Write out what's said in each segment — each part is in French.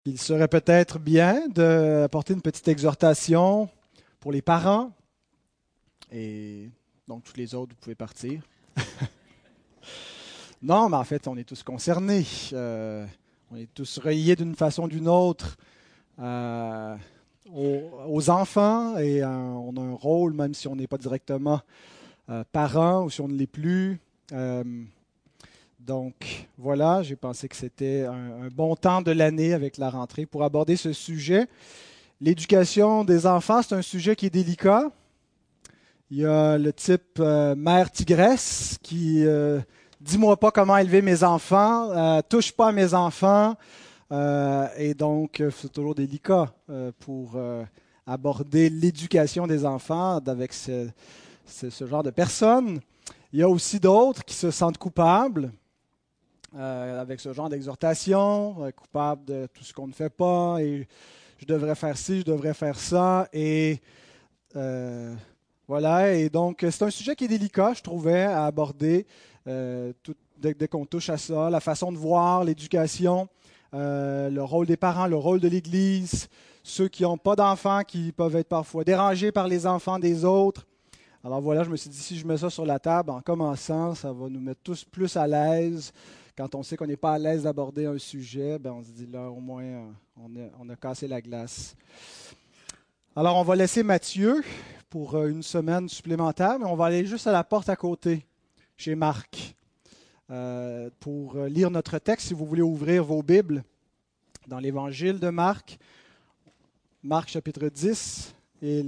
Il serait peut-être bien d'apporter une petite exhortation pour les parents et donc tous les autres, vous pouvez partir. Non, mais en fait, on est tous concernés. On est tous reliés d'une façon ou d'une autre euh, aux enfants et on a un rôle, même si on n'est pas directement parent ou si on ne l'est plus. Euh, donc voilà, j'ai pensé que c'était un bon temps de l'année avec la rentrée pour aborder ce sujet. L'éducation des enfants, c'est un sujet qui est délicat. Il y a le type mère tigresse qui dis-moi pas comment élever mes enfants, touche pas à mes enfants, et donc c'est toujours délicat pour aborder l'éducation des enfants avec ce genre de personnes. Il y a aussi d'autres qui se sentent coupables avec ce genre d'exhortation, coupables de tout ce qu'on ne fait pas et je devrais faire ci, je devrais faire ça. Et voilà, et donc c'est un sujet qui est délicat, je trouvais, à aborder dès qu'on touche à ça, la façon de voir l'éducation, le rôle des parents, le rôle de l'Église, ceux qui n'ont pas d'enfants, qui peuvent être parfois dérangés par les enfants des autres. Alors voilà, je me suis dit, si je mets ça sur la table en commençant, ça va nous mettre tous plus à l'aise. Quand on sait qu'on n'est pas à l'aise d'aborder un sujet, ben on se dit là, au moins, on a cassé la glace. Alors, on va laisser Matthieu pour une semaine supplémentaire, mais on va aller juste à la porte à côté, chez Marc, pour lire notre texte. Si vous voulez ouvrir vos Bibles dans l'Évangile de Marc, Marc chapitre 10, et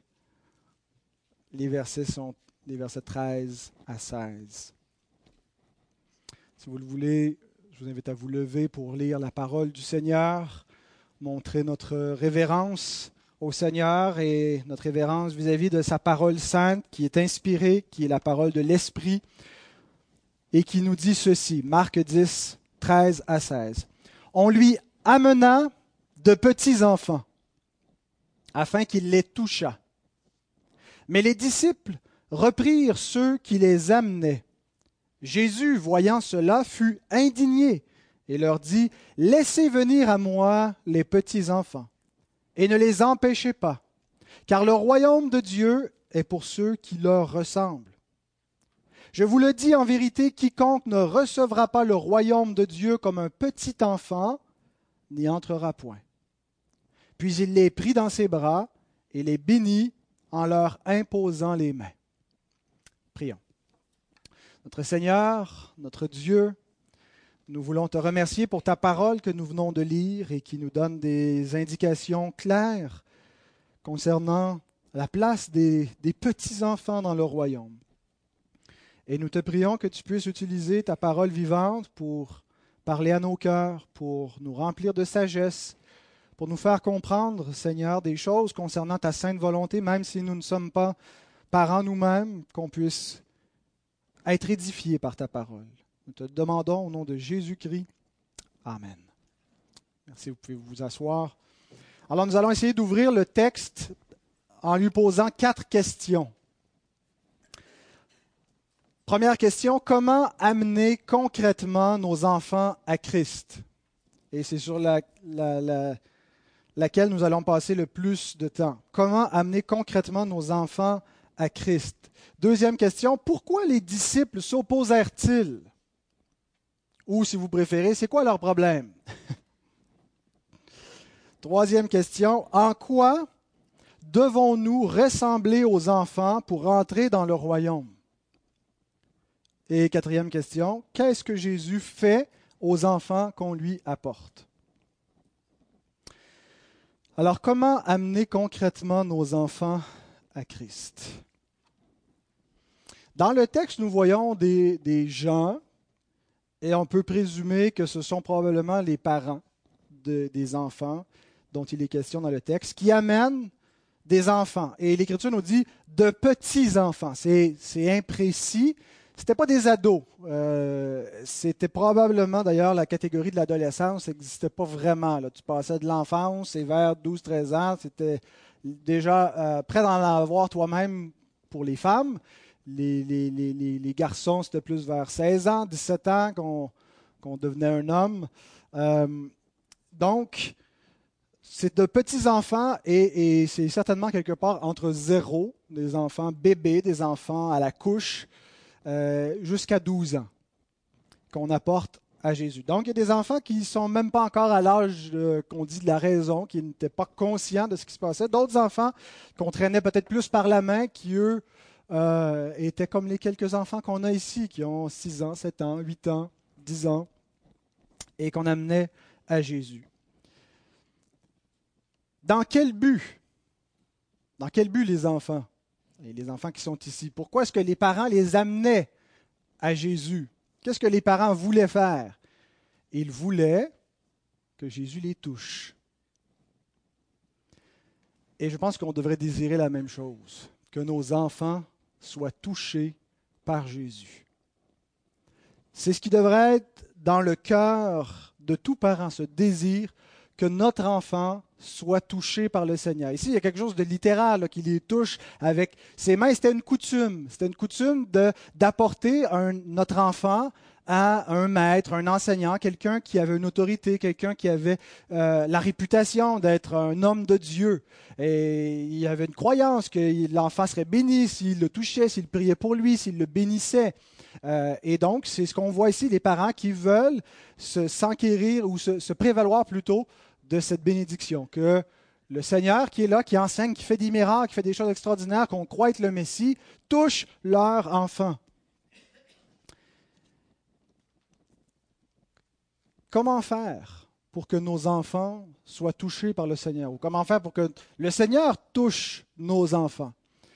les versets sont les versets 13 à 16. Si vous le voulez, je vous invite à vous lever pour lire la parole du Seigneur, montrer notre révérence au Seigneur et notre révérence vis-à-vis de sa parole sainte qui est inspirée, qui est la parole de l'Esprit et qui nous dit ceci, Marc 10, 13 à 16. On lui amena de petits enfants afin qu'il les touchât. Mais les disciples reprirent ceux qui les amenaient. Jésus, voyant cela, fut indigné et leur dit, laissez venir à moi les petits enfants et ne les empêchez pas, car le royaume de Dieu est pour ceux qui leur ressemblent. Je vous le dis en vérité, quiconque ne recevra pas le royaume de Dieu comme un petit enfant n'y entrera point. Puis il les prit dans ses bras et les bénit en leur imposant les mains. Prions. Notre Seigneur, notre Dieu, nous voulons te remercier pour ta parole que nous venons de lire et qui nous donne des indications claires concernant la place des petits-enfants dans le royaume. Et nous te prions que tu puisses utiliser ta parole vivante pour parler à nos cœurs, pour nous remplir de sagesse, pour nous faire comprendre, Seigneur, des choses concernant ta sainte volonté, même si nous ne sommes pas parents nous-mêmes, qu'on puisse être édifiés par ta parole. Nous te demandons au nom de Jésus-Christ. Amen. Merci, vous pouvez vous asseoir. Alors nous allons essayer d'ouvrir le texte en lui posant 4 questions. Première question, comment amener concrètement nos enfants à Christ? Et c'est sur laquelle nous allons passer le plus de temps. Comment amener concrètement nos enfants à Christ? Deuxième question, pourquoi les disciples s'opposèrent-ils? Ou, si vous préférez, c'est quoi leur problème? Troisième question, en quoi devons-nous ressembler aux enfants pour entrer dans le royaume? Et quatrième question, qu'est-ce que Jésus fait aux enfants qu'on lui apporte? Alors, comment amener concrètement nos enfants à Christ? Dans le texte, nous voyons des gens, et on peut présumer que ce sont probablement les parents des enfants dont il est question dans le texte, qui amènent des enfants. Et l'Écriture nous dit de petits-enfants. C'est imprécis. Ce n'était pas des ados. C'était probablement, d'ailleurs, la catégorie de l'adolescence n'existait pas vraiment. Là. Tu passais de l'enfance et vers 12-13 ans, c'était déjà prêt d'en avoir toi-même pour les femmes. Les garçons, c'était plus vers 16 ans, 17 ans qu'on devenait un homme. Donc, c'est de petits-enfants et c'est certainement quelque part entre 0, des enfants bébés, des enfants à la couche, jusqu'à 12 ans qu'on apporte à Jésus. Donc, il y a des enfants qui ne sont même pas encore à l'âge qu'on dit de la raison, qui n'étaient pas conscients de ce qui se passait. D'autres enfants qu'on traînait peut-être plus par la main, qui, eux, étaient comme les quelques enfants qu'on a ici, qui ont 6 ans, 7 ans, 8 ans, 10 ans, et qu'on amenait à Jésus. Dans quel but? Dans quel but les enfants? Et les enfants qui sont ici. Pourquoi est-ce que les parents les amenaient à Jésus? Qu'est-ce que les parents voulaient faire? Ils voulaient que Jésus les touche. Et je pense qu'on devrait désirer la même chose, que nos enfants soient touchés par Jésus. C'est ce qui devrait être dans le cœur de tout parent, ce désir que notre enfant soit touché par le Seigneur. Ici, il y a quelque chose de littéral là, qui les touche avec ses mains. C'était une coutume. C'était une coutume d'apporter notre enfant à un maître, un enseignant, quelqu'un qui avait une autorité, quelqu'un qui avait la réputation d'être un homme de Dieu. Et il y avait une croyance que l'enfant serait béni s'il le touchait, s'il priait pour lui, s'il le bénissait. Et donc, c'est ce qu'on voit ici, les parents qui veulent s'enquérir ou se prévaloir plutôt de cette bénédiction, que le Seigneur qui est là, qui enseigne, qui fait des miracles, qui fait des choses extraordinaires, qu'on croit être le Messie, touche leur enfant. Comment faire pour que nos enfants soient touchés par le Seigneur? Ou comment faire pour que le Seigneur touche nos enfants?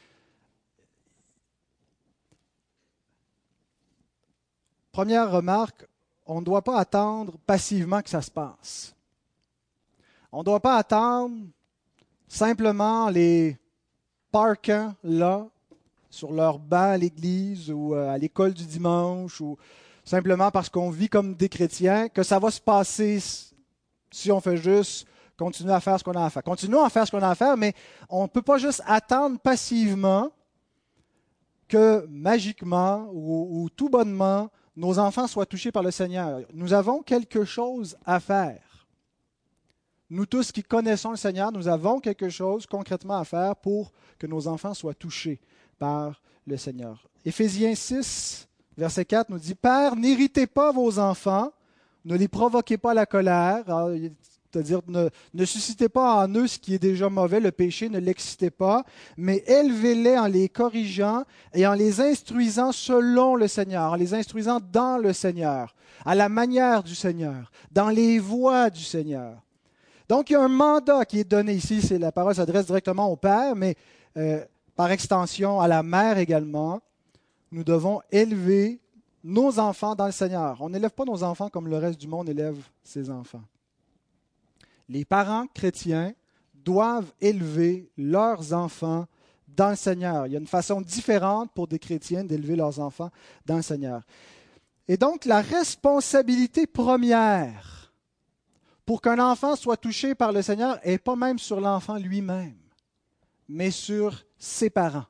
Première remarque, on ne doit pas attendre passivement que ça se passe. On ne doit pas attendre simplement les parquants là, sur leur banc à l'église ou à l'école du dimanche, ou simplement parce qu'on vit comme des chrétiens, que ça va se passer si on fait juste continuer à faire ce qu'on a à faire. Continuons à faire ce qu'on a à faire, mais on ne peut pas juste attendre passivement que magiquement ou tout bonnement, nos enfants soient touchés par le Seigneur. Nous avons quelque chose à faire. Nous tous qui connaissons le Seigneur, nous avons quelque chose concrètement à faire pour que nos enfants soient touchés par le Seigneur. Éphésiens 6, verset 4 nous dit « Pères, n'irritez pas vos enfants, ne les provoquez pas à la colère. » C'est-à-dire, ne suscitez pas en eux ce qui est déjà mauvais, le péché, ne l'excitez pas, mais élevez-les en les corrigeant et en les instruisant selon le Seigneur, en les instruisant dans le Seigneur, à la manière du Seigneur, dans les voies du Seigneur. Donc, il y a un mandat qui est donné ici. La parole s'adresse directement au père, mais par extension à la mère également. Nous devons élever nos enfants dans le Seigneur. On n'élève pas nos enfants comme le reste du monde élève ses enfants. Les parents chrétiens doivent élever leurs enfants dans le Seigneur. Il y a une façon différente pour des chrétiens d'élever leurs enfants dans le Seigneur. Et donc, la responsabilité première pour qu'un enfant soit touché par le Seigneur n'est pas même sur l'enfant lui-même, mais sur ses parents.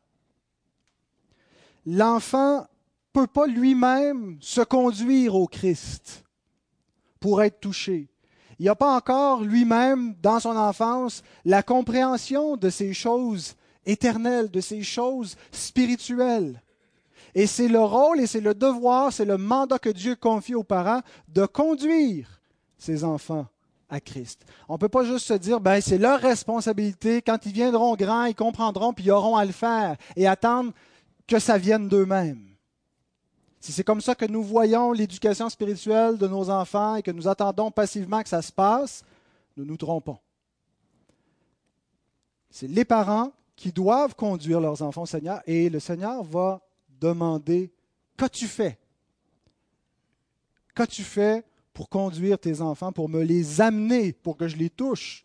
L'enfant ne peut pas lui-même se conduire au Christ pour être touché. Il n'a pas encore lui-même, dans son enfance, la compréhension de ces choses éternelles, de ces choses spirituelles. Et c'est le rôle et c'est le devoir, c'est le mandat que Dieu confie aux parents de conduire ses enfants à Christ. On ne peut pas juste se dire, c'est leur responsabilité, quand ils viendront grands, ils comprendront, puis ils auront à le faire, et attendre que ça vienne d'eux-mêmes. Si c'est comme ça que nous voyons l'éducation spirituelle de nos enfants et que nous attendons passivement que ça se passe, nous nous trompons. C'est les parents qui doivent conduire leurs enfants au Seigneur, et le Seigneur va demander, qu'as-tu fait? Qu'as-tu fait pour conduire tes enfants, pour me les amener, pour que je les touche?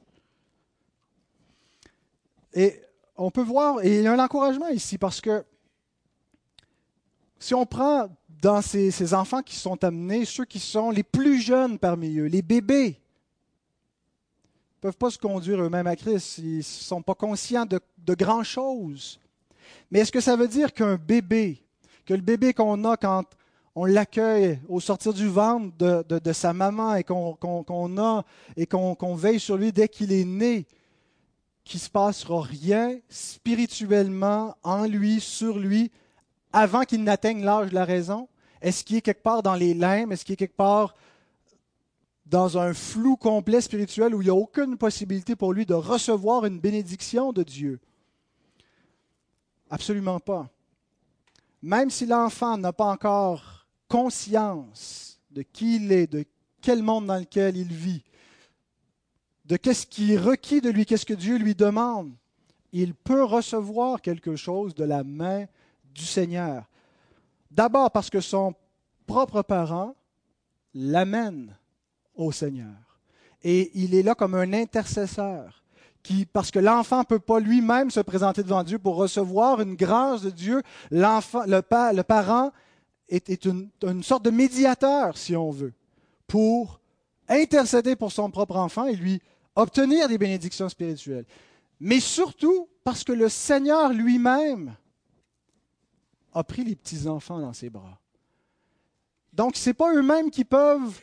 Et on peut voir, et il y a un encouragement ici, parce que si on prend dans ces enfants qui sont amenés, ceux qui sont les plus jeunes parmi eux, les bébés, ne peuvent pas se conduire eux-mêmes à Christ, ils ne sont pas conscients de grand-chose. Mais est-ce que ça veut dire qu'un bébé, que le bébé qu'on a quand on l'accueille au sortir du ventre de sa maman et qu'on veille sur lui dès qu'il est né, qu'il ne se passera rien spirituellement en lui, sur lui, avant qu'il n'atteigne l'âge de la raison? Est-ce qu'il est quelque part dans les limbes? Est-ce qu'il est quelque part dans un flou complet spirituel où il n'y a aucune possibilité pour lui de recevoir une bénédiction de Dieu? Absolument pas. Même si l'enfant n'a pas encore conscience de qui il est, de quel monde dans lequel il vit, de qu'est-ce qui est requis de lui, qu'est-ce que Dieu lui demande, il peut recevoir quelque chose de la main du Seigneur. D'abord parce que son propre parent l'amène au Seigneur. Et il est là comme un intercesseur, parce que l'enfant ne peut pas lui-même se présenter devant Dieu pour recevoir une grâce de Dieu. Le parent est une sorte de médiateur, si on veut, pour intercéder pour son propre enfant et lui obtenir des bénédictions spirituelles. Mais surtout parce que le Seigneur lui-même a pris les petits-enfants dans ses bras. Donc, ce n'est pas eux-mêmes qui peuvent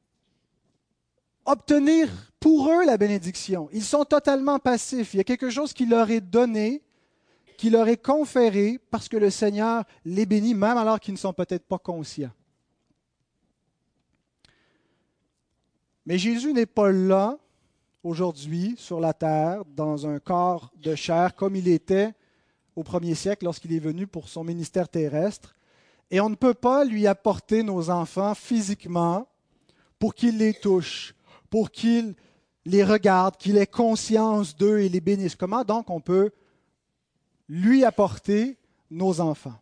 obtenir pour eux la bénédiction. Ils sont totalement passifs. Il y a quelque chose qui leur est donné, qui leur est conféré, parce que le Seigneur les bénit, même alors qu'ils ne sont peut-être pas conscients. Mais Jésus n'est pas là, aujourd'hui, sur la terre, dans un corps de chair, comme il était au 1er siècle lorsqu'il est venu pour son ministère terrestre. Et on ne peut pas lui apporter nos enfants physiquement pour qu'il les touche, pour qu'il les regarde, qu'il ait conscience d'eux et les bénisse. Comment donc on peut lui apporter nos enfants?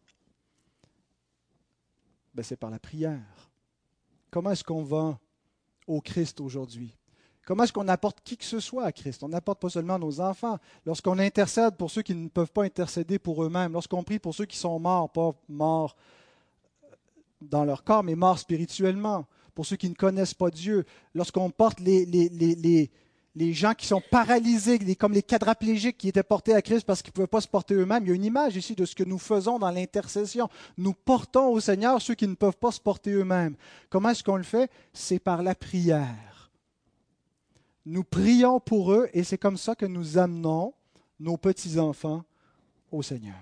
C'est par la prière. Comment est-ce qu'on va au Christ aujourd'hui? Comment est-ce qu'on apporte qui que ce soit à Christ? On n'apporte pas seulement nos enfants. Lorsqu'on intercède pour ceux qui ne peuvent pas intercéder pour eux-mêmes, lorsqu'on prie pour ceux qui sont morts, pas morts dans leur corps, mais morts spirituellement, pour ceux qui ne connaissent pas Dieu, lorsqu'on porte les gens qui sont paralysés, comme les quadraplégiques qui étaient portés à Christ parce qu'ils ne pouvaient pas se porter eux-mêmes, il y a une image ici de ce que nous faisons dans l'intercession. Nous portons au Seigneur ceux qui ne peuvent pas se porter eux-mêmes. Comment est-ce qu'on le fait? C'est par la prière. Nous prions pour eux et c'est comme ça que nous amenons nos petits-enfants au Seigneur.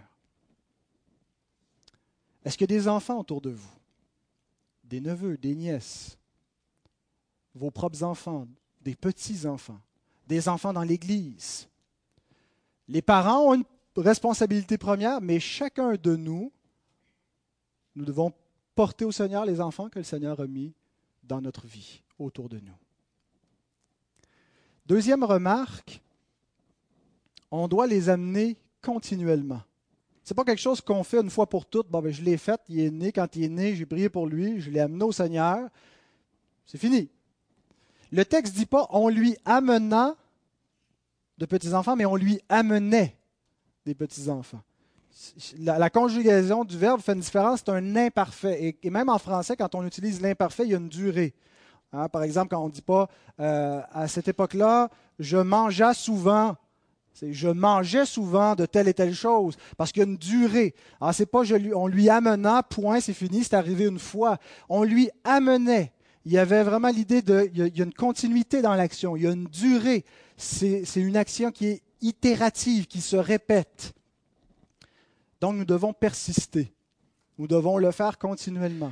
Est-ce qu'il y a des enfants autour de vous? Des neveux, des nièces, vos propres enfants, des petits-enfants, des enfants dans l'Église. Les parents ont une responsabilité première, mais chacun de nous, nous devons porter au Seigneur les enfants que le Seigneur a mis dans notre vie, autour de nous. Deuxième remarque, on doit les amener continuellement. Ce n'est pas quelque chose qu'on fait une fois pour toutes. Je l'ai fait, il est né. Quand il est né, j'ai prié pour lui, je l'ai amené au Seigneur. C'est fini. Le texte ne dit pas « on lui amena de petits-enfants », mais « on lui amenait des petits-enfants ». La conjugaison du verbe fait une différence, c'est un imparfait. Et même en français, quand on utilise l'imparfait, il y a une durée. Par exemple, quand on ne dit pas à cette époque-là, je mangeais souvent. C'est je mangeais souvent de telle et telle chose, parce qu'il y a une durée. Alors, c'est pas on lui amena, point, c'est fini, c'est arrivé une fois. On lui amenait. Il y avait vraiment l'idée il y a une continuité dans l'action, il y a une durée. C'est une action qui est itérative, qui se répète. Donc, nous devons persister. Nous devons le faire continuellement.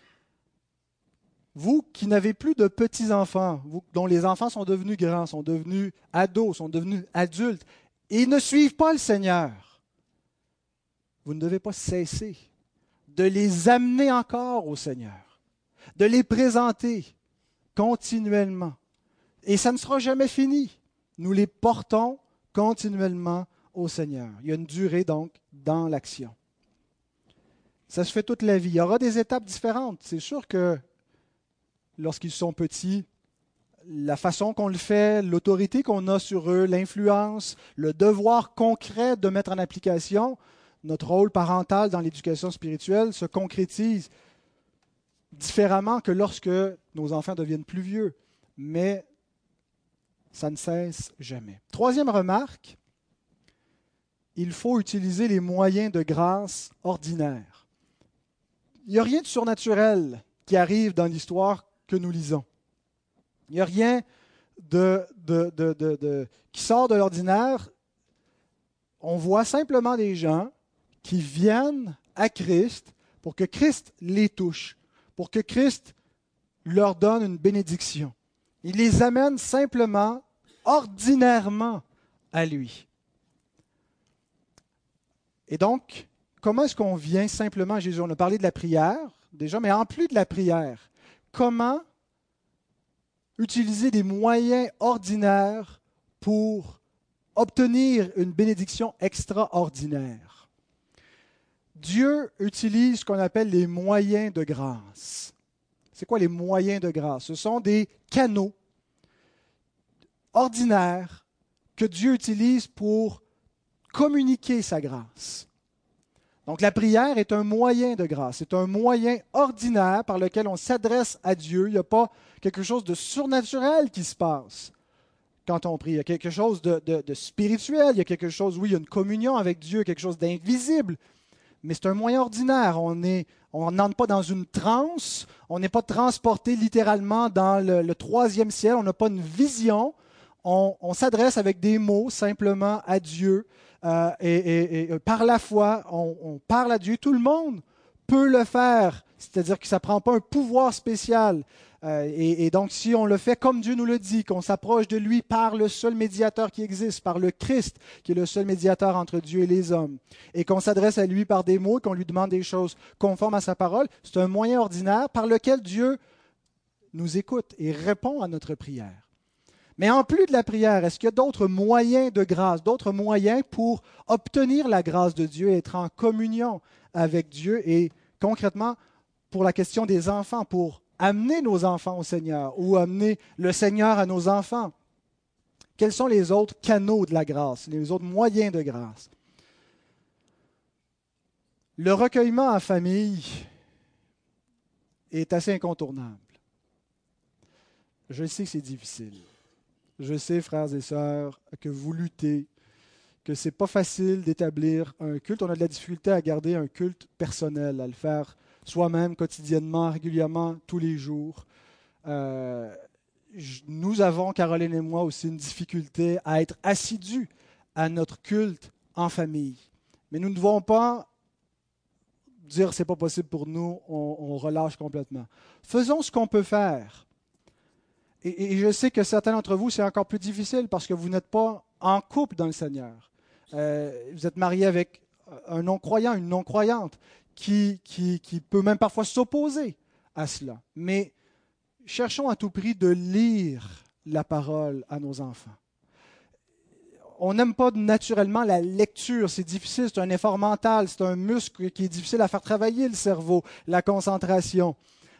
Vous qui n'avez plus de petits-enfants, dont les enfants sont devenus grands, sont devenus ados, sont devenus adultes, et ils ne suivent pas le Seigneur, vous ne devez pas cesser de les amener encore au Seigneur, de les présenter continuellement. Et ça ne sera jamais fini. Nous les portons continuellement au Seigneur. Il y a une durée donc dans l'action. Ça se fait toute la vie. Il y aura des étapes différentes. C'est sûr que lorsqu'ils sont petits, la façon qu'on le fait, l'autorité qu'on a sur eux, l'influence, le devoir concret de mettre en application, notre rôle parental dans l'éducation spirituelle se concrétise différemment que lorsque nos enfants deviennent plus vieux. Mais ça ne cesse jamais. Troisième remarque, il faut utiliser les moyens de grâce ordinaires. Il n'y a rien de surnaturel qui arrive dans l'histoire que nous lisons. Il n'y a rien qui sort de l'ordinaire. On voit simplement des gens qui viennent à Christ pour que Christ les touche, pour que Christ leur donne une bénédiction. Il les amène simplement, ordinairement, à lui. Et donc, comment est-ce qu'on vient simplement à Jésus? On a parlé de la prière, déjà, mais en plus de la prière, comment utiliser des moyens ordinaires pour obtenir une bénédiction extraordinaire? Dieu utilise ce qu'on appelle les moyens de grâce. C'est quoi les moyens de grâce? Ce sont des canaux ordinaires que Dieu utilise pour communiquer sa grâce. Donc la prière est un moyen de grâce, c'est un moyen ordinaire par lequel on s'adresse à Dieu. Il n'y a pas quelque chose de surnaturel qui se passe quand on prie. Il y a quelque chose de spirituel, il y a quelque chose, oui, il y a une communion avec Dieu, quelque chose d'invisible, mais c'est un moyen ordinaire. On n'entre pas dans une transe, on n'est pas transporté littéralement dans le troisième ciel, on n'a pas une vision, on s'adresse avec des mots simplement à Dieu. Et par la foi, on parle à Dieu. Tout le monde peut le faire, c'est-à-dire que ça ne prend pas un pouvoir spécial. Et donc, si on le fait comme Dieu nous le dit, qu'on s'approche de lui par le seul médiateur qui existe, par le Christ, qui est le seul médiateur entre Dieu et les hommes, et qu'on s'adresse à lui par des mots, qu'on lui demande des choses conformes à sa parole, c'est un moyen ordinaire par lequel Dieu nous écoute et répond à notre prière. Mais en plus de la prière, est-ce qu'il y a d'autres moyens de grâce, d'autres moyens pour obtenir la grâce de Dieu et être en communion avec Dieu et concrètement pour la question des enfants, pour amener nos enfants au Seigneur ou amener le Seigneur à nos enfants? Quels sont les autres canaux de la grâce, les autres moyens de grâce? Le recueillement en famille est assez incontournable. Je sais que c'est difficile. Je sais, frères et sœurs, que vous luttez, que ce n'est pas facile d'établir un culte. On a de la difficulté à garder un culte personnel, à le faire soi-même, quotidiennement, régulièrement, tous les jours. Nous avons, Caroline et moi, aussi une difficulté à être assidus à notre culte en famille. Mais nous ne devons pas dire « c'est pas possible pour nous », on relâche complètement. Faisons ce qu'on peut faire. Et je sais que certains d'entre vous, c'est encore plus difficile parce que vous n'êtes pas en couple dans le Seigneur. Vous êtes marié avec un non-croyant, une non-croyante qui peut même parfois s'opposer à cela. Mais cherchons à tout prix de lire la parole à nos enfants. On n'aime pas naturellement la lecture, c'est difficile, c'est un effort mental, c'est un muscle qui est difficile à faire travailler le cerveau, la concentration.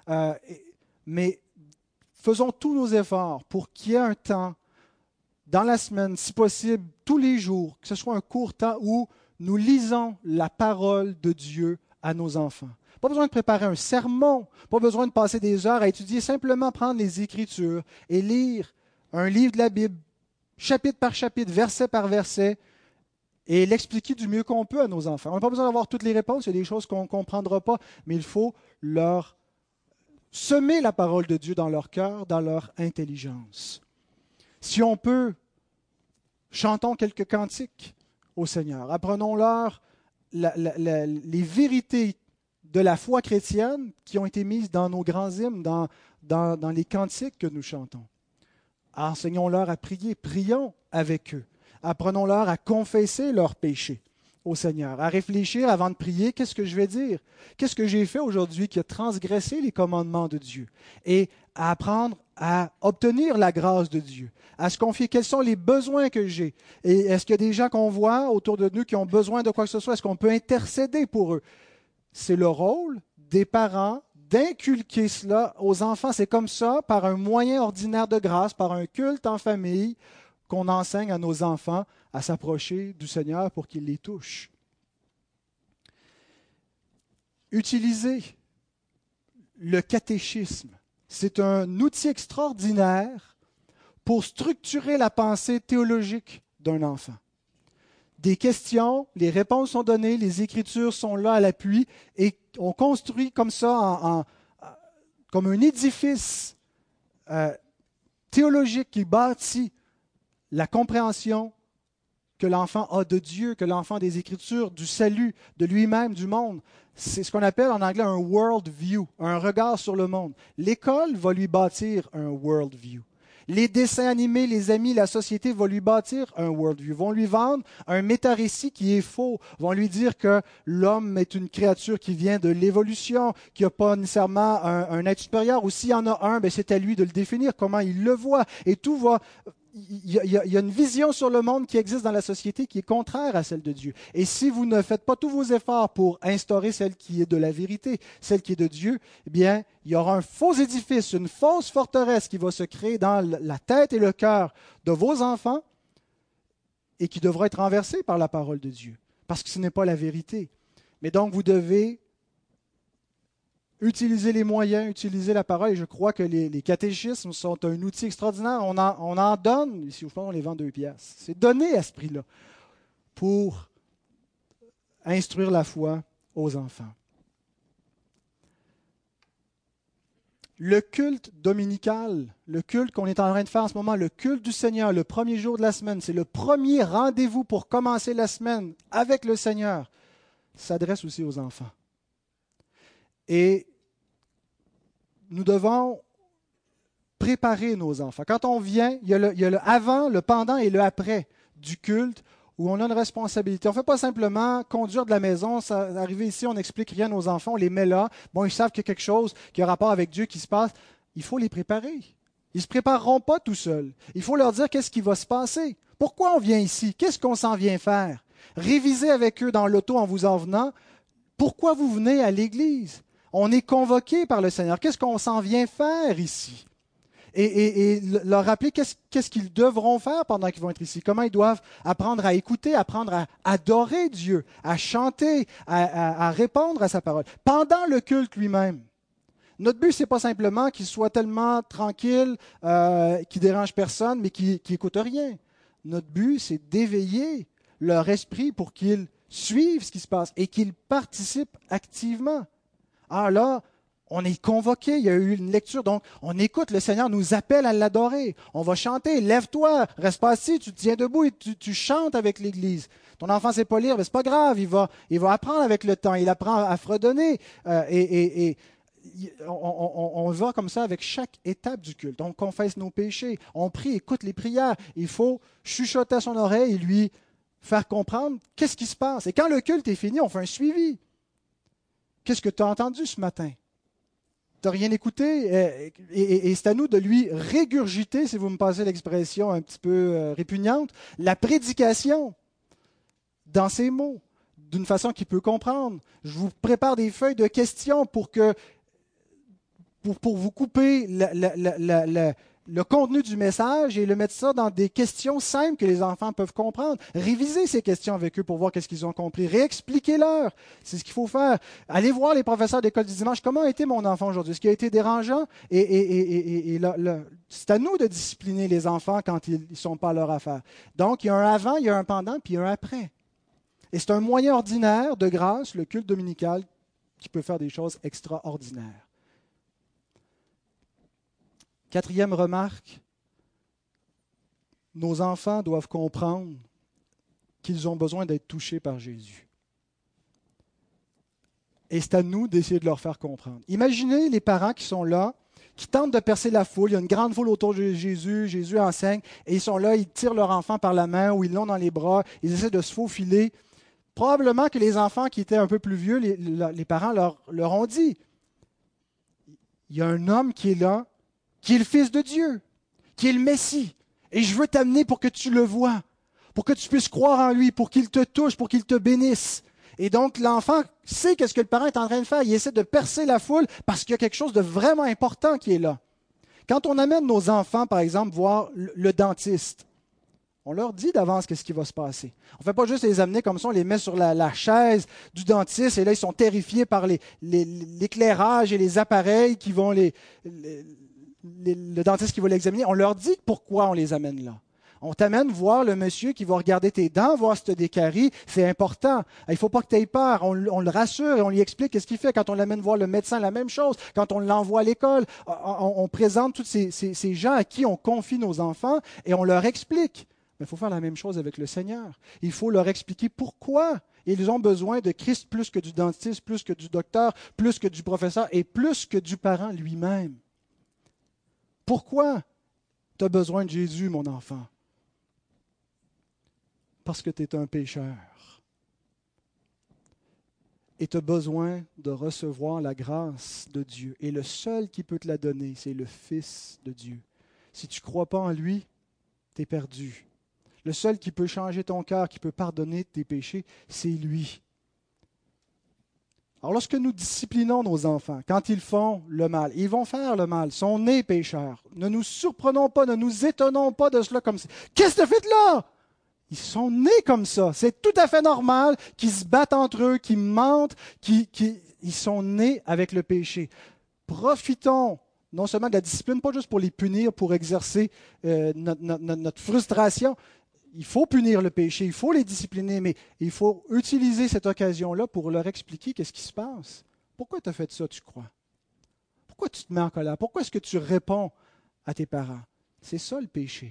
Mais faisons tous nos efforts pour qu'il y ait un temps dans la semaine, si possible, tous les jours, que ce soit un court temps où nous lisons la parole de Dieu à nos enfants. Pas besoin de préparer un sermon, pas besoin de passer des heures à étudier, simplement prendre les Écritures et lire un livre de la Bible, chapitre par chapitre, verset par verset, et l'expliquer du mieux qu'on peut à nos enfants. On n'a pas besoin d'avoir toutes les réponses, il y a des choses qu'on ne comprendra pas, mais il faut leur semer la parole de Dieu dans leur cœur, dans leur intelligence. Si on peut, chantons quelques cantiques au Seigneur. Apprenons-leur les vérités de la foi chrétienne qui ont été mises dans nos grands hymnes, dans les cantiques que nous chantons. Enseignons-leur à prier, prions avec eux. Apprenons-leur à confesser leurs péchés au Seigneur, à réfléchir avant de prier, qu'est-ce que je vais dire? Qu'est-ce que j'ai fait aujourd'hui qui a transgressé les commandements de Dieu? Et à apprendre à obtenir la grâce de Dieu, à se confier quels sont les besoins que j'ai. Et est-ce qu'il y a des gens qu'on voit autour de nous qui ont besoin de quoi que ce soit? Est-ce qu'on peut intercéder pour eux? C'est le rôle des parents d'inculquer cela aux enfants. C'est comme ça, par un moyen ordinaire de grâce, par un culte en famille, qu'on enseigne à nos enfants à s'approcher du Seigneur pour qu'il les touche. Utilisez le catéchisme. C'est un outil extraordinaire pour structurer la pensée théologique d'un enfant. des questions, les réponses sont données, les Écritures sont là à l'appui, et on construit comme ça, comme un édifice théologique qui bâtit la compréhension que l'enfant a de Dieu, que l'enfant a des Écritures, du salut, de lui-même, du monde. C'est ce qu'on appelle en anglais un world view, un regard sur le monde. L'école va lui bâtir un world view. Les dessins animés, les amis, la société vont lui bâtir un world view, vont lui vendre un méta-récit qui est faux, vont lui dire que l'homme est une créature qui vient de l'évolution, qu'il n'y a pas nécessairement un être supérieur, ou s'il y en a un, ben c'est à lui de le définir, comment il le voit. Et tout va... Il y a une vision sur le monde qui existe dans la société qui est contraire à celle de Dieu. Et si vous ne faites pas tous vos efforts pour instaurer celle qui est de la vérité, celle qui est de Dieu, eh bien, il y aura un faux édifice, une fausse forteresse qui va se créer dans la tête et le cœur de vos enfants et qui devra être renversée par la parole de Dieu, parce que ce n'est pas la vérité. Mais donc, vous devez utiliser les moyens, utiliser la parole, et je crois que les catéchismes sont un outil extraordinaire. On en donne, ici au fond, on les vend 2 piastres. C'est donné à ce prix-là pour instruire la foi aux enfants. Le culte dominical, le culte qu'on est en train de faire en ce moment, le culte du Seigneur, le premier jour de la semaine, c'est le premier rendez-vous pour commencer la semaine avec le Seigneur, s'adresse aussi aux enfants. Et nous devons préparer nos enfants. Quand on vient, il y a le avant, le pendant et le après du culte où on a une responsabilité. On ne fait pas simplement conduire de la maison, arriver ici, on n'explique rien à nos enfants, on les met là. Bon, ils savent qu'il y a quelque chose qui a rapport avec Dieu qui se passe. Il faut les préparer. Ils ne se prépareront pas tout seuls. Il faut leur dire qu'est-ce qui va se passer. Pourquoi on vient ici? Qu'est-ce qu'on s'en vient faire? Révisez avec eux dans l'auto en vous en venant. Pourquoi vous venez à l'Église? On est convoqué par le Seigneur. Qu'est-ce qu'on s'en vient faire ici? Et leur rappeler qu'est-ce qu'ils devront faire pendant qu'ils vont être ici. Comment ils doivent apprendre à écouter, apprendre à adorer Dieu, à chanter, à répondre à sa parole. Pendant le culte lui-même. Notre but, ce n'est pas simplement qu'ils soient tellement tranquilles, qu'ils ne dérangent personne, mais qu'ils n'écoutent rien. Notre but, c'est d'éveiller leur esprit pour qu'ils suivent ce qui se passe et qu'ils participent activement. Ah là, on est convoqué, il y a eu une lecture, donc on écoute, le Seigneur nous appelle à l'adorer. On va chanter, lève-toi, reste pas assis, tu te tiens debout et tu chantes avec l'Église. Ton enfant ne sait pas lire, mais ce n'est pas grave, il va apprendre avec le temps, il apprend à fredonner. On va comme ça avec chaque étape du culte. On confesse nos péchés, on prie, écoute les prières. Il faut chuchoter à son oreille et lui faire comprendre qu'est-ce qui se passe. Et quand le culte est fini, on fait un suivi. Qu'est-ce que tu as entendu ce matin? Tu n'as rien écouté? Et c'est à nous de lui régurgiter, si vous me passez l'expression un petit peu répugnante, la prédication dans ses mots, d'une façon qu'il peut comprendre. Je vous prépare des feuilles de questions pour vous couper le contenu du message et le mettre ça dans des questions simples que les enfants peuvent comprendre. Révisez ces questions avec eux pour voir qu'est-ce qu'ils ont compris. Réexpliquez-leur. C'est ce qu'il faut faire. Allez voir les professeurs d'école du dimanche. Comment a été mon enfant aujourd'hui? Ce qui a été dérangeant? C'est à nous de discipliner les enfants quand ils ne sont pas à leur affaire. Donc, il y a un avant, il y a un pendant, puis il y a un après. Et c'est un moyen ordinaire de grâce, le culte dominical, qui peut faire des choses extraordinaires. 4e remarque, nos enfants doivent comprendre qu'ils ont besoin d'être touchés par Jésus. Et c'est à nous d'essayer de leur faire comprendre. Imaginez les parents qui sont là, qui tentent de percer la foule. Il y a une grande foule autour de Jésus. Jésus enseigne. Et ils sont là, ils tirent leur enfant par la main ou ils l'ont dans les bras. Ils essaient de se faufiler. Probablement que les enfants qui étaient un peu plus vieux, les parents leur ont dit, il y a un homme qui est là, qui est le Fils de Dieu, qui est le Messie. Et je veux t'amener pour que tu le vois, pour que tu puisses croire en lui, pour qu'il te touche, pour qu'il te bénisse. Et donc, l'enfant sait qu'est-ce que le parent est en train de faire. Il essaie de percer la foule parce qu'il y a quelque chose de vraiment important qui est là. Quand on amène nos enfants, par exemple, voir le dentiste, on leur dit d'avance qu'est-ce qui va se passer. On ne fait pas juste les amener comme ça, on les met sur la chaise du dentiste et là, ils sont terrifiés par l'éclairage et les appareils qui vont le dentiste qui va l'examiner. On leur dit pourquoi on les amène là. On t'amène voir le monsieur qui va regarder tes dents, voir si tu as des caries. C'est important. Il ne faut pas que tu aies peur. On le rassure et on lui explique qu'est-ce qu'il fait. Quand on l'amène voir le médecin, la même chose. Quand on l'envoie à l'école, on présente tous ces gens à qui on confie nos enfants et on leur explique. Mais il faut faire la même chose avec le Seigneur. Il faut leur expliquer pourquoi ils ont besoin de Christ plus que du dentiste, plus que du docteur, plus que du professeur et plus que du parent lui-même. Pourquoi tu as besoin de Jésus, mon enfant? Parce que tu es un pécheur. Et tu as besoin de recevoir la grâce de Dieu. Et le seul qui peut te la donner, c'est le Fils de Dieu. Si tu ne crois pas en lui, tu es perdu. Le seul qui peut changer ton cœur, qui peut pardonner tes péchés, c'est lui. Alors lorsque nous disciplinons nos enfants, quand ils font le mal, ils vont faire le mal, sont nés pécheurs. Ne nous surprenons pas, ne nous étonnons pas de cela comme ça. Qu'est-ce que tu fais là? Ils sont nés comme ça. C'est tout à fait normal qu'ils se battent entre eux, qu'ils mentent, ils sont nés avec le péché. Profitons non seulement de la discipline, pas juste pour les punir, pour exercer notre frustration. Il faut punir le péché, il faut les discipliner, mais il faut utiliser cette occasion-là pour leur expliquer qu'est-ce qui se passe. Pourquoi tu as fait ça, tu crois? Pourquoi tu te mets en colère? Pourquoi est-ce que tu réponds à tes parents? C'est ça le péché.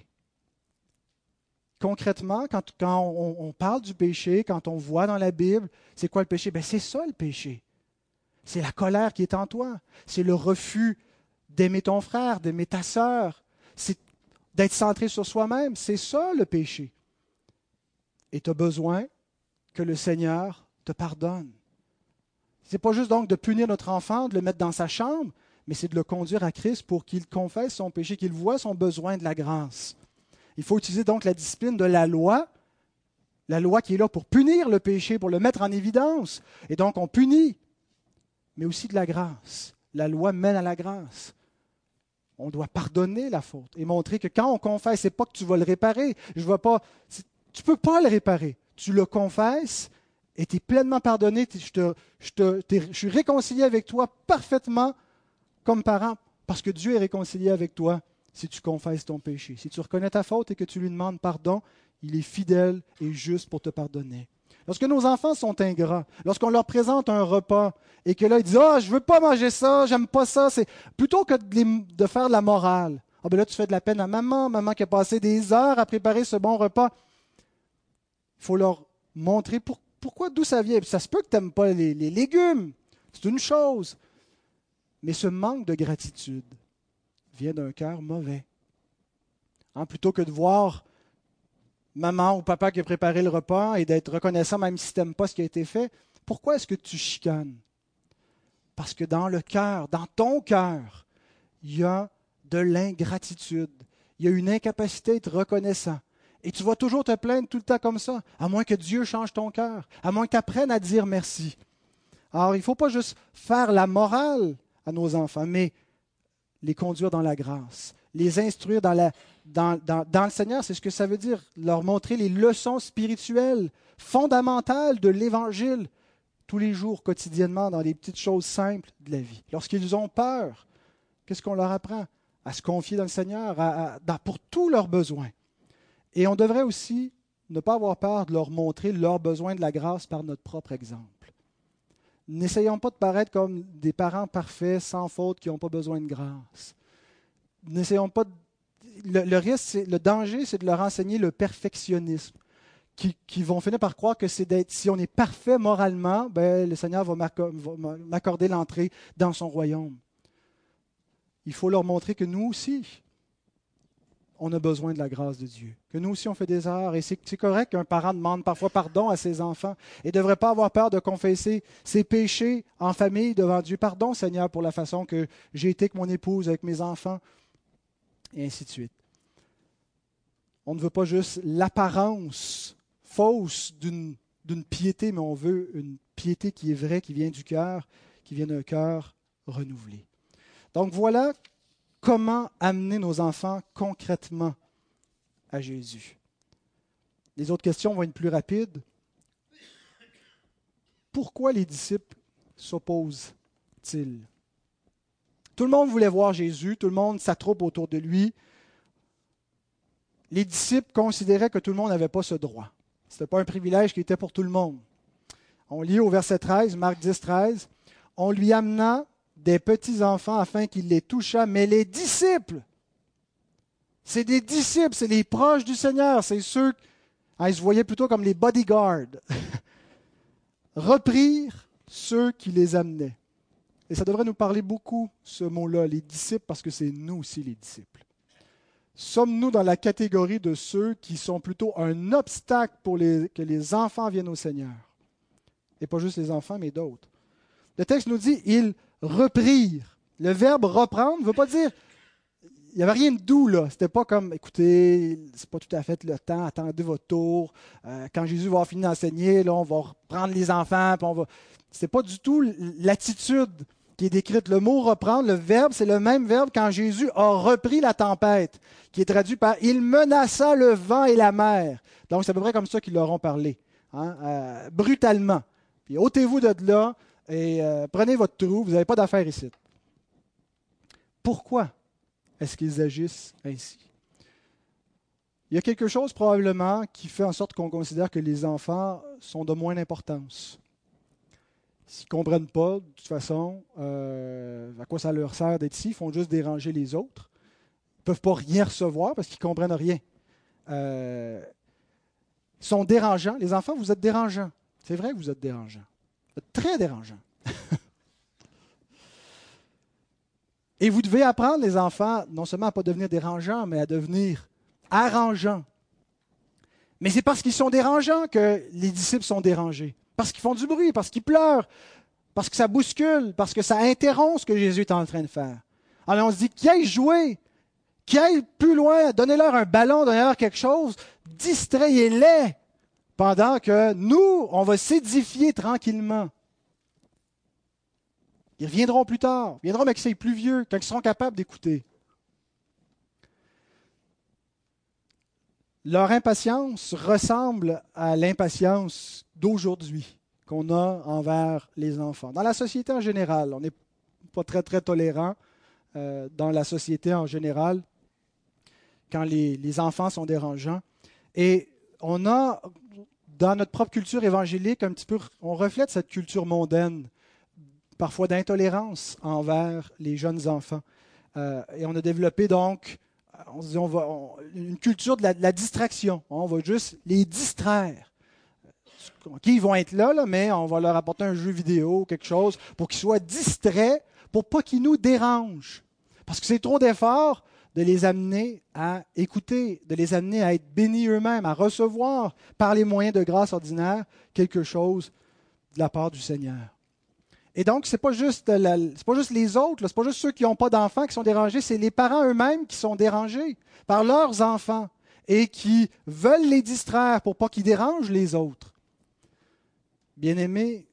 Concrètement, quand on parle du péché, quand on voit dans la Bible, c'est quoi le péché? Bien, c'est ça le péché. C'est la colère qui est en toi. C'est le refus d'aimer ton frère, d'aimer ta sœur. C'est d'être centré sur soi-même. C'est ça le péché. Et tu as besoin que le Seigneur te pardonne. Ce n'est pas juste donc de punir notre enfant, de le mettre dans sa chambre, mais c'est de le conduire à Christ pour qu'il confesse son péché, qu'il voit son besoin de la grâce. Il faut utiliser donc la discipline de la loi qui est là pour punir le péché, pour le mettre en évidence. Et donc on punit, mais aussi de la grâce. La loi mène à la grâce. On doit pardonner la faute et montrer que quand on confesse, ce n'est pas que tu vas le réparer. Tu ne peux pas le réparer. Tu le confesses et tu es pleinement pardonné. Je suis réconcilié avec toi parfaitement comme parent parce que Dieu est réconcilié avec toi si tu confesses ton péché. Si tu reconnais ta faute et que tu lui demandes pardon, il est fidèle et juste pour te pardonner. Lorsque nos enfants sont ingrats, lorsqu'on leur présente un repas et que là, ils disent « Ah, je ne veux pas manger ça, j'aime pas ça », c'est plutôt que de faire de la morale. Ah ben là, tu fais de la peine à maman qui a passé des heures à préparer ce bon repas. Il faut leur montrer pourquoi, d'où ça vient. Ça se peut que tu n'aimes pas les légumes, c'est une chose. Mais ce manque de gratitude vient d'un cœur mauvais. Plutôt que de voir maman ou papa qui a préparé le repas et d'être reconnaissant même si tu n'aimes pas ce qui a été fait, pourquoi est-ce que tu chicanes? Parce que dans le cœur, dans ton cœur, il y a de l'ingratitude. Il y a une incapacité à être reconnaissant. Et tu vas toujours te plaindre tout le temps comme ça, à moins que Dieu change ton cœur, à moins que tu apprennes à dire merci. Alors, il ne faut pas juste faire la morale à nos enfants, mais les conduire dans la grâce, les instruire dans le Seigneur. C'est ce que ça veut dire, leur montrer les leçons spirituelles fondamentales de l'Évangile tous les jours, quotidiennement, dans les petites choses simples de la vie. Lorsqu'ils ont peur, qu'est-ce qu'on leur apprend? À se confier dans le Seigneur pour tous leurs besoins. Et on devrait aussi ne pas avoir peur de leur montrer leurs besoins de la grâce par notre propre exemple. N'essayons pas de paraître comme des parents parfaits, sans faute, qui n'ont pas besoin de grâce. N'essayons pas. Le risque, le danger, c'est de leur enseigner le perfectionnisme, qui vont finir par croire que c'est d'être. Si on est parfait moralement, ben, le Seigneur va m'accorder l'entrée dans son royaume. Il faut leur montrer que nous aussi, on a besoin de la grâce de Dieu. Que nous aussi, on fait des erreurs. Et c'est correct qu'un parent demande parfois pardon à ses enfants et ne devrait pas avoir peur de confesser ses péchés en famille devant Dieu. Pardon, Seigneur, pour la façon que j'ai été avec mon épouse, avec mes enfants, et ainsi de suite. On ne veut pas juste l'apparence fausse d'une piété, mais on veut une piété qui est vraie, qui vient du cœur, qui vient d'un cœur renouvelé. Donc voilà comment amener nos enfants concrètement à Jésus. Les autres questions vont être plus rapides. Pourquoi les disciples s'opposent-ils? Tout le monde voulait voir Jésus, tout le monde s'attroupe autour de lui. les disciples considéraient que tout le monde n'avait pas ce droit. Ce n'était pas un privilège qui était pour tout le monde. On lit au verset 13, Marc 10, 13, « On lui amena des petits-enfants afin qu'il les touchât, mais les disciples, c'est des disciples, c'est les proches du Seigneur, c'est ceux, ils se voyaient plutôt comme les bodyguards, reprirent ceux qui les amenaient. » Et ça devrait nous parler beaucoup, ce mot-là, les disciples, parce que c'est nous aussi les disciples. Sommes-nous dans la catégorie de ceux qui sont plutôt un obstacle pour que les enfants viennent au Seigneur? Et pas juste les enfants, mais d'autres. Le texte nous dit, ils reprirent. Le verbe reprendre ne veut pas dire, il n'y avait rien de doux là. C'était pas comme, écoutez, c'est pas tout à fait le temps, attendez votre tour. Quand Jésus va finir d'enseigner, là, on va reprendre les enfants, puis on va. C'est pas du tout l'attitude qui est décrite. Le mot reprendre, le verbe, c'est le même verbe quand Jésus a repris la tempête, qui est traduit par il menaça le vent et la mer. Donc c'est à peu près comme ça qu'ils leur ont parlé, brutalement. Puis ôtez-vous de là et prenez votre trou, vous n'avez pas d'affaires ici. Pourquoi est-ce qu'ils agissent ainsi? Il y a quelque chose probablement qui fait en sorte qu'on considère que les enfants sont de moins d'importance. S'ils ne comprennent pas, de toute façon, à quoi ça leur sert d'être ici, ils font juste déranger les autres. Ils ne peuvent pas rien recevoir parce qu'ils ne comprennent rien. Ils sont dérangeants. Les enfants, vous êtes dérangeants. C'est vrai que vous êtes dérangeants. Vous êtes très dérangeants. Et vous devez apprendre, les enfants, non seulement à ne pas devenir dérangeants, mais à devenir arrangeants. Mais c'est parce qu'ils sont dérangeants que les disciples sont dérangés. Parce qu'ils font du bruit, parce qu'ils pleurent, parce que ça bouscule, parce que ça interrompt ce que Jésus est en train de faire. Alors on se dit, qu'ils aillent jouer, qu'ils aillent plus loin, donnez-leur un ballon, donnez-leur quelque chose, distrayez-les, pendant que nous, on va s'édifier tranquillement. Ils reviendront plus tard, ils viendront mais qu'ils soient plus vieux, quand ils seront capables d'écouter. Leur impatience ressemble à l'impatience d'aujourd'hui qu'on a envers les enfants. Dans la société en général, on n'est pas très, très tolérant dans la société en général quand les enfants sont dérangeants. Et on a, dans notre propre culture évangélique, un petit peu, on reflète cette culture mondaine, parfois d'intolérance envers les jeunes enfants. Et on a développé donc on se dit, une culture de la distraction. On va juste les distraire. Ils vont être là, mais on va leur apporter un jeu vidéo, quelque chose, pour qu'ils soient distraits, pour pas qu'ils nous dérangent. Parce que c'est trop d'efforts de les amener à écouter, de les amener à être bénis eux-mêmes, à recevoir par les moyens de grâce ordinaire quelque chose de la part du Seigneur. Et donc, ce n'est pas juste les autres, ce n'est pas juste ceux qui n'ont pas d'enfants qui sont dérangés, c'est les parents eux-mêmes qui sont dérangés par leurs enfants et qui veulent les distraire pour pas qu'ils dérangent les autres. Bien-aimés,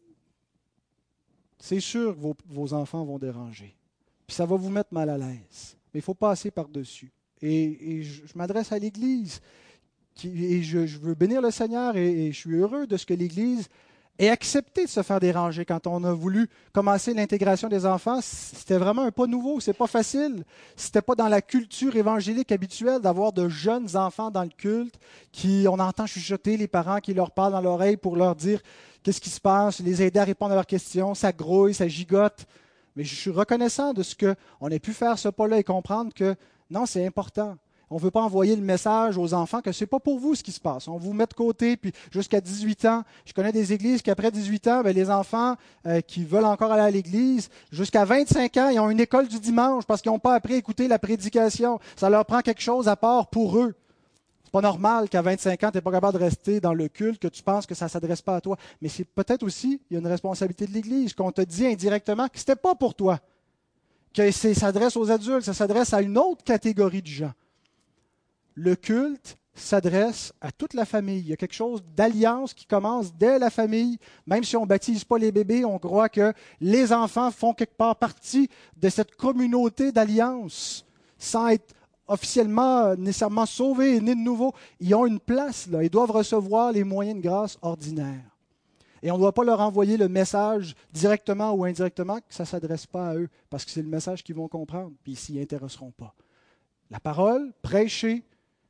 c'est sûr que vos enfants vont déranger. Puis ça va vous mettre mal à l'aise. Mais il faut passer par-dessus. Et je m'adresse à l'Église. Et je veux bénir le Seigneur et je suis heureux de ce que l'Église ait accepté de se faire déranger. Quand on a voulu commencer l'intégration des enfants, c'était vraiment un pas nouveau. C'est pas facile. C'était pas dans la culture évangélique habituelle d'avoir de jeunes enfants dans le culte on entend chuchoter les parents qui leur parlent dans l'oreille pour leur dire qu'est-ce qui se passe, les aider à répondre à leurs questions. Ça grouille, ça gigote. Mais je suis reconnaissant de ce qu'on ait pu faire ce pas-là et comprendre que non, c'est important. On ne veut pas envoyer le message aux enfants que ce n'est pas pour vous ce qui se passe. On vous met de côté, puis jusqu'à 18 ans, je connais des églises qui, après 18 ans, les enfants qui veulent encore aller à l'église, jusqu'à 25 ans, ils ont une école du dimanche parce qu'ils n'ont pas appris à écouter la prédication. Ça leur prend quelque chose à part pour eux. C'est pas normal qu'à 25 ans, tu n'es pas capable de rester dans le culte, que tu penses que ça ne s'adresse pas à toi. Mais c'est peut-être aussi, il y a une responsabilité de l'Église, qu'on te dit indirectement que ce n'était pas pour toi, que ça s'adresse aux adultes, ça s'adresse à une autre catégorie de gens. Le culte s'adresse à toute la famille. Il y a quelque chose d'alliance qui commence dès la famille. Même si on ne baptise pas les bébés, on croit que les enfants font quelque part partie de cette communauté d'alliance, sans être officiellement nécessairement sauvés et nés de nouveau. Ils ont une place là. Ils doivent recevoir les moyens de grâce ordinaires. Et on ne doit pas leur envoyer le message directement ou indirectement que ça ne s'adresse pas à eux, parce que c'est le message qu'ils vont comprendre, puis ils ne s'y intéresseront pas. La parole, prêcher,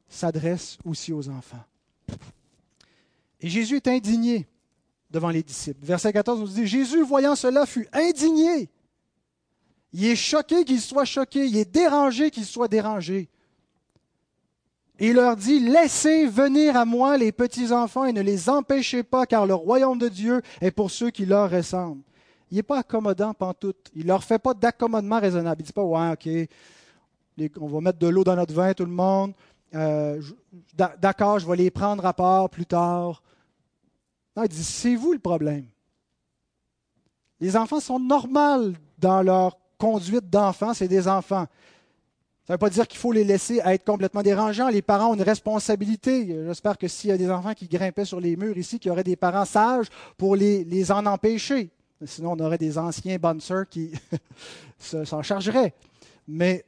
s'adresse aussi aux enfants. Et Jésus est indigné devant les disciples. Verset 14 nous dit, Jésus, voyant cela, fut indigné. Il est choqué qu'il soit choqué, il est dérangé qu'il soit dérangé. Et il leur dit, laissez venir à moi les petits-enfants et ne les empêchez pas, car le royaume de Dieu est pour ceux qui leur ressemblent. Il n'est pas accommodant pantoute. Il ne leur fait pas d'accommodement raisonnable. Il ne dit pas, ouais, OK, on va mettre de l'eau dans notre vin, tout le monde. D'accord, je vais les prendre à part plus tard. Non, il dit, c'est vous le problème. Les enfants sont normaux dans leur conduite d'enfants, c'est des enfants. Ça ne veut pas dire qu'il faut les laisser être complètement dérangeants. Les parents ont une responsabilité. J'espère que s'il y a des enfants qui grimpaient sur les murs ici, qu'il y aurait des parents sages pour les en empêcher. Sinon, on aurait des anciens bonnes sœurs qui s'en chargeraient. Mais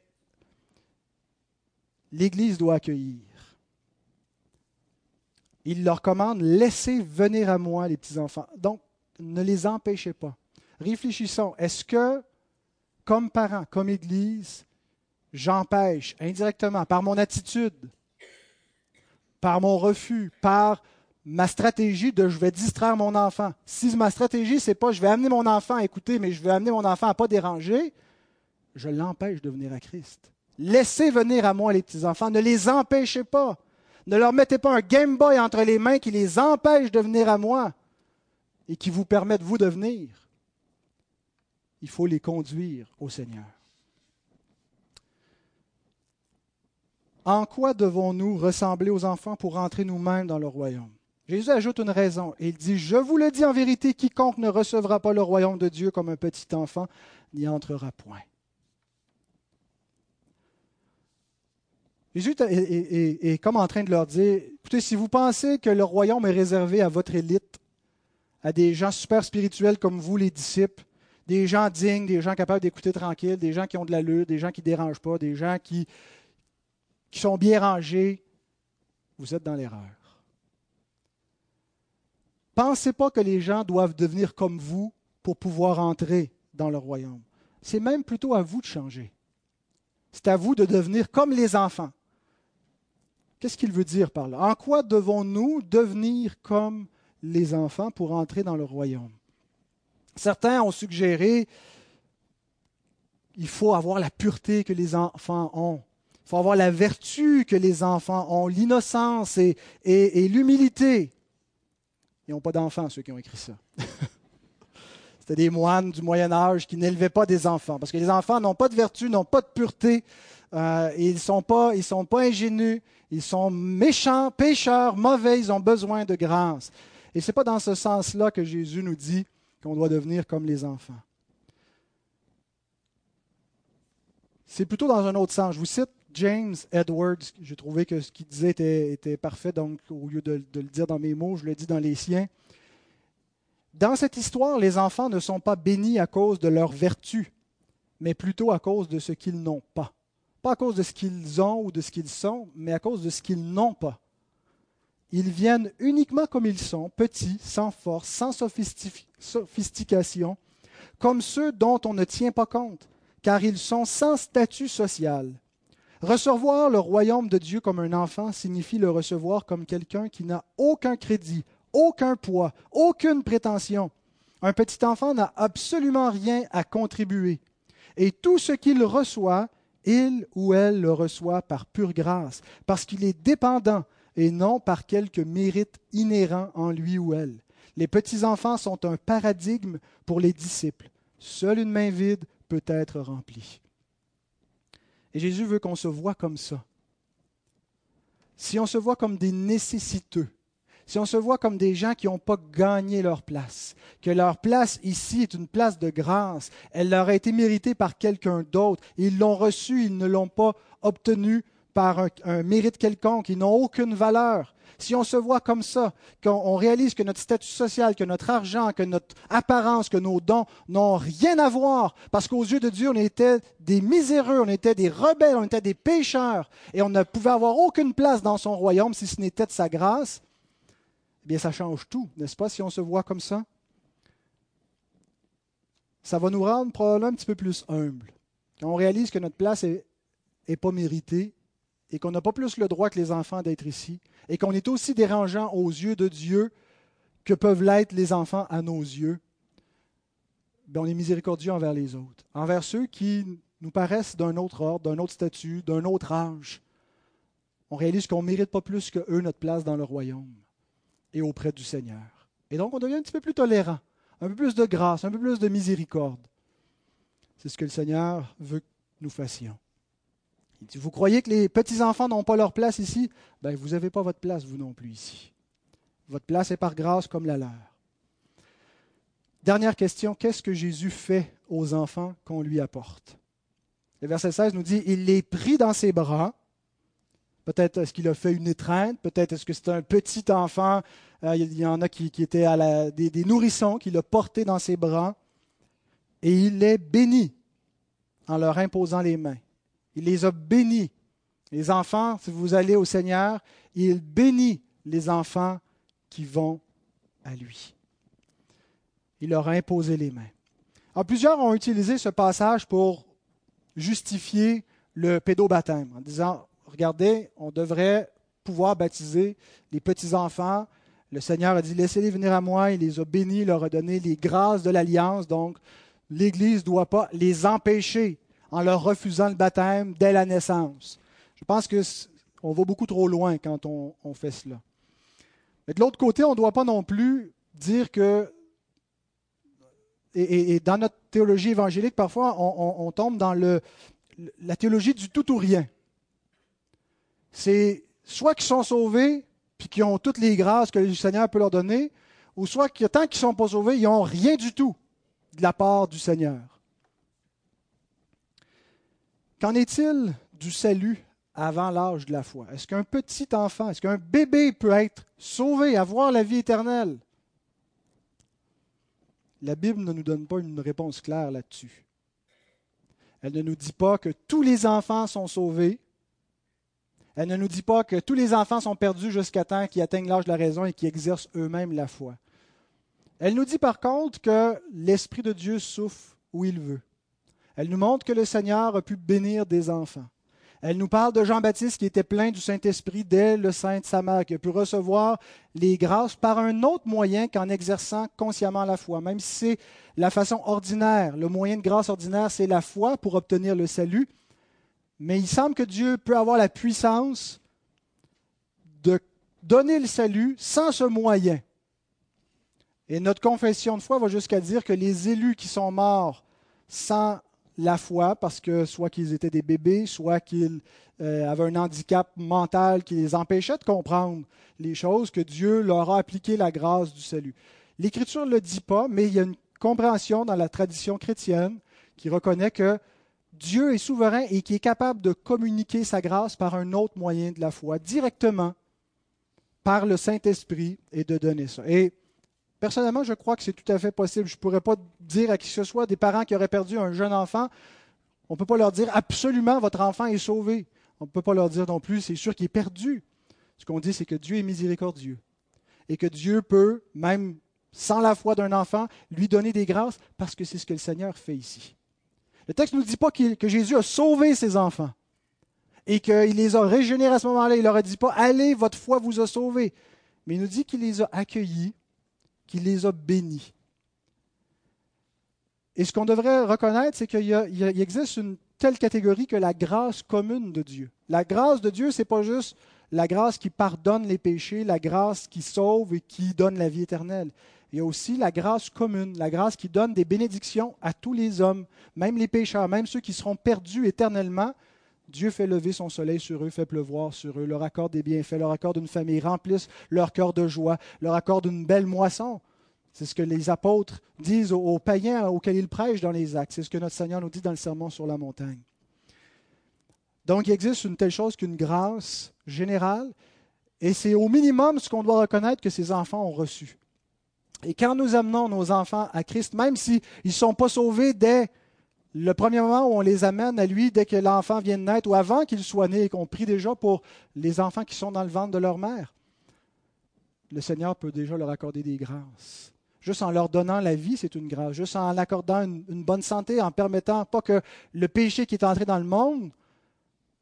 l'Église doit accueillir. Il leur commande, laissez venir à moi les petits-enfants. Donc, ne les empêchez pas. Réfléchissons. Est-ce que, comme parents, comme Église, j'empêche indirectement, par mon attitude, par mon refus, par ma stratégie de je vais distraire mon enfant. Si ma stratégie, c'est pas je vais amener mon enfant à écouter, mais je vais amener mon enfant à ne pas déranger, je l'empêche de venir à Christ. Laissez venir à moi les petits-enfants, ne les empêchez pas. Ne leur mettez pas un Game Boy entre les mains qui les empêche de venir à moi et qui vous permette, vous, de venir. Il faut les conduire au Seigneur. En quoi devons-nous ressembler aux enfants pour entrer nous-mêmes dans le royaume? Jésus ajoute une raison. Il dit, « Je vous le dis en vérité, quiconque ne recevra pas le royaume de Dieu comme un petit enfant n'y entrera point. » Jésus est comme en train de leur dire, « Écoutez, si vous pensez que le royaume est réservé à votre élite, à des gens super spirituels comme vous, les disciples, des gens dignes, des gens capables d'écouter tranquille, des gens qui ont de l'allure, des gens qui ne dérangent pas, des gens qui sont bien rangés, vous êtes dans l'erreur. Pensez pas que les gens doivent devenir comme vous pour pouvoir entrer dans le royaume. C'est même plutôt à vous de changer. C'est à vous de devenir comme les enfants. Qu'est-ce qu'il veut dire par là? En quoi devons-nous devenir comme les enfants pour entrer dans le royaume? Certains ont suggéré qu'il faut avoir la pureté que les enfants ont. Il faut avoir la vertu que les enfants ont, l'innocence et l'humilité. Ils n'ont pas d'enfants, ceux qui ont écrit ça. C'était des moines du Moyen Âge qui n'élevaient pas des enfants, parce que les enfants n'ont pas de vertu, n'ont pas de pureté, ils ne sont pas ingénus, ils sont méchants, pécheurs, mauvais, ils ont besoin de grâce. Et ce n'est pas dans ce sens-là que Jésus nous dit qu'on doit devenir comme les enfants. C'est plutôt dans un autre sens. Je vous cite James Edwards. J'ai trouvé que ce qu'il disait était parfait, donc au lieu de le dire dans mes mots, je le dis dans les siens. Dans cette histoire, les enfants ne sont pas bénis à cause de leur vertu, mais plutôt à cause de ce qu'ils n'ont pas. Pas à cause de ce qu'ils ont ou de ce qu'ils sont, mais à cause de ce qu'ils n'ont pas. Ils viennent uniquement comme ils sont, petits, sans force, sans sophistication, comme ceux dont on ne tient pas compte, car ils sont sans statut social. Recevoir le royaume de Dieu comme un enfant signifie le recevoir comme quelqu'un qui n'a aucun crédit, aucun poids, aucune prétention. Un petit enfant n'a absolument rien à contribuer. Et tout ce qu'il reçoit, il ou elle le reçoit par pure grâce, parce qu'il est dépendant et non par quelque mérite inhérent en lui ou elle. Les petits-enfants sont un paradigme pour les disciples. Seule une main vide peut être remplie. Et Jésus veut qu'on se voie comme ça. Si on se voit comme des nécessiteux, si on se voit comme des gens qui n'ont pas gagné leur place, que leur place ici est une place de grâce, elle leur a été méritée par quelqu'un d'autre, ils l'ont reçue, ils ne l'ont pas obtenue par un mérite quelconque, ils n'ont aucune valeur. Si on se voit comme ça, qu'on réalise que notre statut social, que notre argent, que notre apparence, que nos dons n'ont rien à voir, parce qu'aux yeux de Dieu, on était des miséreux, on était des rebelles, on était des pécheurs, et on ne pouvait avoir aucune place dans son royaume si ce n'était de sa grâce, eh bien ça change tout, n'est-ce pas, si on se voit comme ça? Ça va nous rendre probablement un petit peu plus humbles. Quand on réalise que notre place n'est pas méritée, et qu'on n'a pas plus le droit que les enfants d'être ici, et qu'on est aussi dérangeant aux yeux de Dieu que peuvent l'être les enfants à nos yeux, bien, on est miséricordieux envers les autres, envers ceux qui nous paraissent d'un autre ordre, d'un autre statut, d'un autre âge. On réalise qu'on ne mérite pas plus que eux notre place dans le royaume et auprès du Seigneur. Et donc, on devient un petit peu plus tolérant, un peu plus de grâce, un peu plus de miséricorde. C'est ce que le Seigneur veut que nous fassions. Il dit, vous croyez que les petits-enfants n'ont pas leur place ici? Bien, vous n'avez pas votre place, vous non plus, ici. Votre place est par grâce comme la leur. Dernière question, qu'est-ce que Jésus fait aux enfants qu'on lui apporte? Le verset 16 nous dit, il les prit dans ses bras. Peut-être est-ce qu'il a fait une étreinte, peut-être est-ce que c'est un petit enfant, il y en a qui étaient des nourrissons, qu'il a porté dans ses bras, et il les bénit en leur imposant les mains. Il les a bénis. Les enfants, si vous allez au Seigneur, il bénit les enfants qui vont à lui. Il leur a imposé les mains. Alors, plusieurs ont utilisé ce passage pour justifier le pédobaptême, en disant, regardez, on devrait pouvoir baptiser les petits-enfants. Le Seigneur a dit, laissez-les venir à moi. Il les a bénis, il leur a donné les grâces de l'Alliance. Donc, l'Église ne doit pas les empêcher en leur refusant le baptême dès la naissance. Je pense qu'on va beaucoup trop loin quand on fait cela. Mais de l'autre côté, on ne doit pas non plus dire que, et dans notre théologie évangélique, parfois, on tombe dans la théologie du tout ou rien. C'est soit qu'ils sont sauvés, puis qu'ils ont toutes les grâces que le Seigneur peut leur donner, ou soit que tant qu'ils ne sont pas sauvés, ils n'ont rien du tout de la part du Seigneur. Qu'en est-il du salut avant l'âge de la foi? Est-ce qu'un petit enfant, est-ce qu'un bébé peut être sauvé, avoir la vie éternelle? La Bible ne nous donne pas une réponse claire là-dessus. Elle ne nous dit pas que tous les enfants sont sauvés. Elle ne nous dit pas que tous les enfants sont perdus jusqu'à temps qu'ils atteignent l'âge de la raison et qu'ils exercent eux-mêmes la foi. Elle nous dit par contre que l'Esprit de Dieu souffle où il veut. Elle nous montre que le Seigneur a pu bénir des enfants. Elle nous parle de Jean-Baptiste qui était plein du Saint-Esprit dès le sein de sa mère, qui a pu recevoir les grâces par un autre moyen qu'en exerçant consciemment la foi. Même si c'est la façon ordinaire, le moyen de grâce ordinaire, c'est la foi pour obtenir le salut. Mais il semble que Dieu peut avoir la puissance de donner le salut sans ce moyen. Et notre confession de foi va jusqu'à dire que les élus qui sont morts sans la foi, parce que soit qu'ils étaient des bébés, soit qu'ils avaient un handicap mental qui les empêchait de comprendre les choses, que Dieu leur a appliqué la grâce du salut. L'Écriture ne le dit pas, mais il y a une compréhension dans la tradition chrétienne qui reconnaît que Dieu est souverain et qui est capable de communiquer sa grâce par un autre moyen de la foi, directement par le Saint-Esprit, et de donner ça. Et personnellement, je crois que c'est tout à fait possible. Je ne pourrais pas dire à qui que ce soit, des parents qui auraient perdu un jeune enfant, on ne peut pas leur dire absolument votre enfant est sauvé. On ne peut pas leur dire non plus, c'est sûr qu'il est perdu. Ce qu'on dit, c'est que Dieu est miséricordieux et que Dieu peut, même sans la foi d'un enfant, lui donner des grâces parce que c'est ce que le Seigneur fait ici. Le texte ne nous dit pas que Jésus a sauvé ses enfants et qu'il les a régénérés à ce moment-là. Il ne leur a dit pas « Allez, votre foi vous a sauvés ». Mais il nous dit qu'il les a accueillis, qu'il les a bénis. Et ce qu'on devrait reconnaître, c'est qu'il existe une telle catégorie que la grâce commune de Dieu. La grâce de Dieu, ce n'est pas juste la grâce qui pardonne les péchés, la grâce qui sauve et qui donne la vie éternelle. Il y a aussi la grâce commune, la grâce qui donne des bénédictions à tous les hommes, même les pécheurs, même ceux qui seront perdus éternellement. Dieu fait lever son soleil sur eux, fait pleuvoir sur eux, leur accorde des bienfaits, leur accorde une famille, remplisse leur cœur de joie, leur accorde une belle moisson. C'est ce que les apôtres disent aux païens auxquels ils prêchent dans les Actes. C'est ce que notre Seigneur nous dit dans le Sermon sur la montagne. Donc, il existe une telle chose qu'une grâce générale, et c'est au minimum ce qu'on doit reconnaître que ces enfants ont reçu. Et quand nous amenons nos enfants à Christ, même s'ils ne sont pas sauvés dès le premier moment où on les amène à lui, dès que l'enfant vient de naître, ou avant qu'il soit né, et qu'on prie déjà pour les enfants qui sont dans le ventre de leur mère, le Seigneur peut déjà leur accorder des grâces. Juste en leur donnant la vie, c'est une grâce. Juste en accordant une bonne santé, en permettant pas que le péché qui est entré dans le monde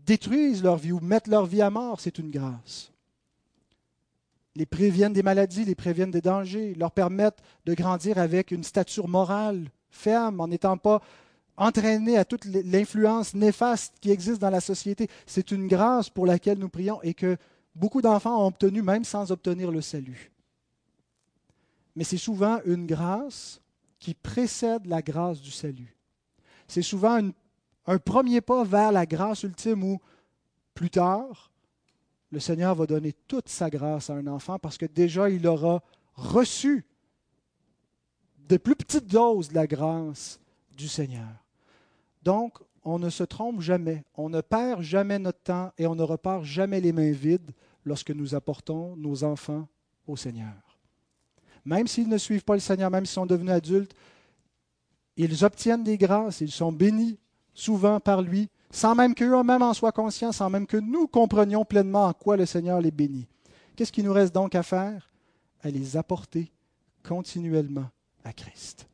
détruisent leur vie ou mettent leur vie à mort, c'est une grâce. Les préviennent des maladies, les préviennent des dangers, leur permettent de grandir avec une stature morale ferme, en n'étant pas entraînés à toute l'influence néfaste qui existe dans la société. C'est une grâce pour laquelle nous prions et que beaucoup d'enfants ont obtenu même sans obtenir le salut. Mais c'est souvent une grâce qui précède la grâce du salut. C'est souvent un premier pas vers la grâce ultime où, plus tard, le Seigneur va donner toute sa grâce à un enfant parce que déjà il aura reçu de plus petites doses de la grâce du Seigneur. Donc, on ne se trompe jamais, on ne perd jamais notre temps et on ne repart jamais les mains vides lorsque nous apportons nos enfants au Seigneur. Même s'ils ne suivent pas le Seigneur, même s'ils sont devenus adultes, ils obtiennent des grâces, ils sont bénis souvent par lui, sans même qu'eux-mêmes en soient conscients, sans même que nous comprenions pleinement en quoi le Seigneur les bénit. Qu'est-ce qu'il nous reste donc à faire? À les apporter continuellement à Christ.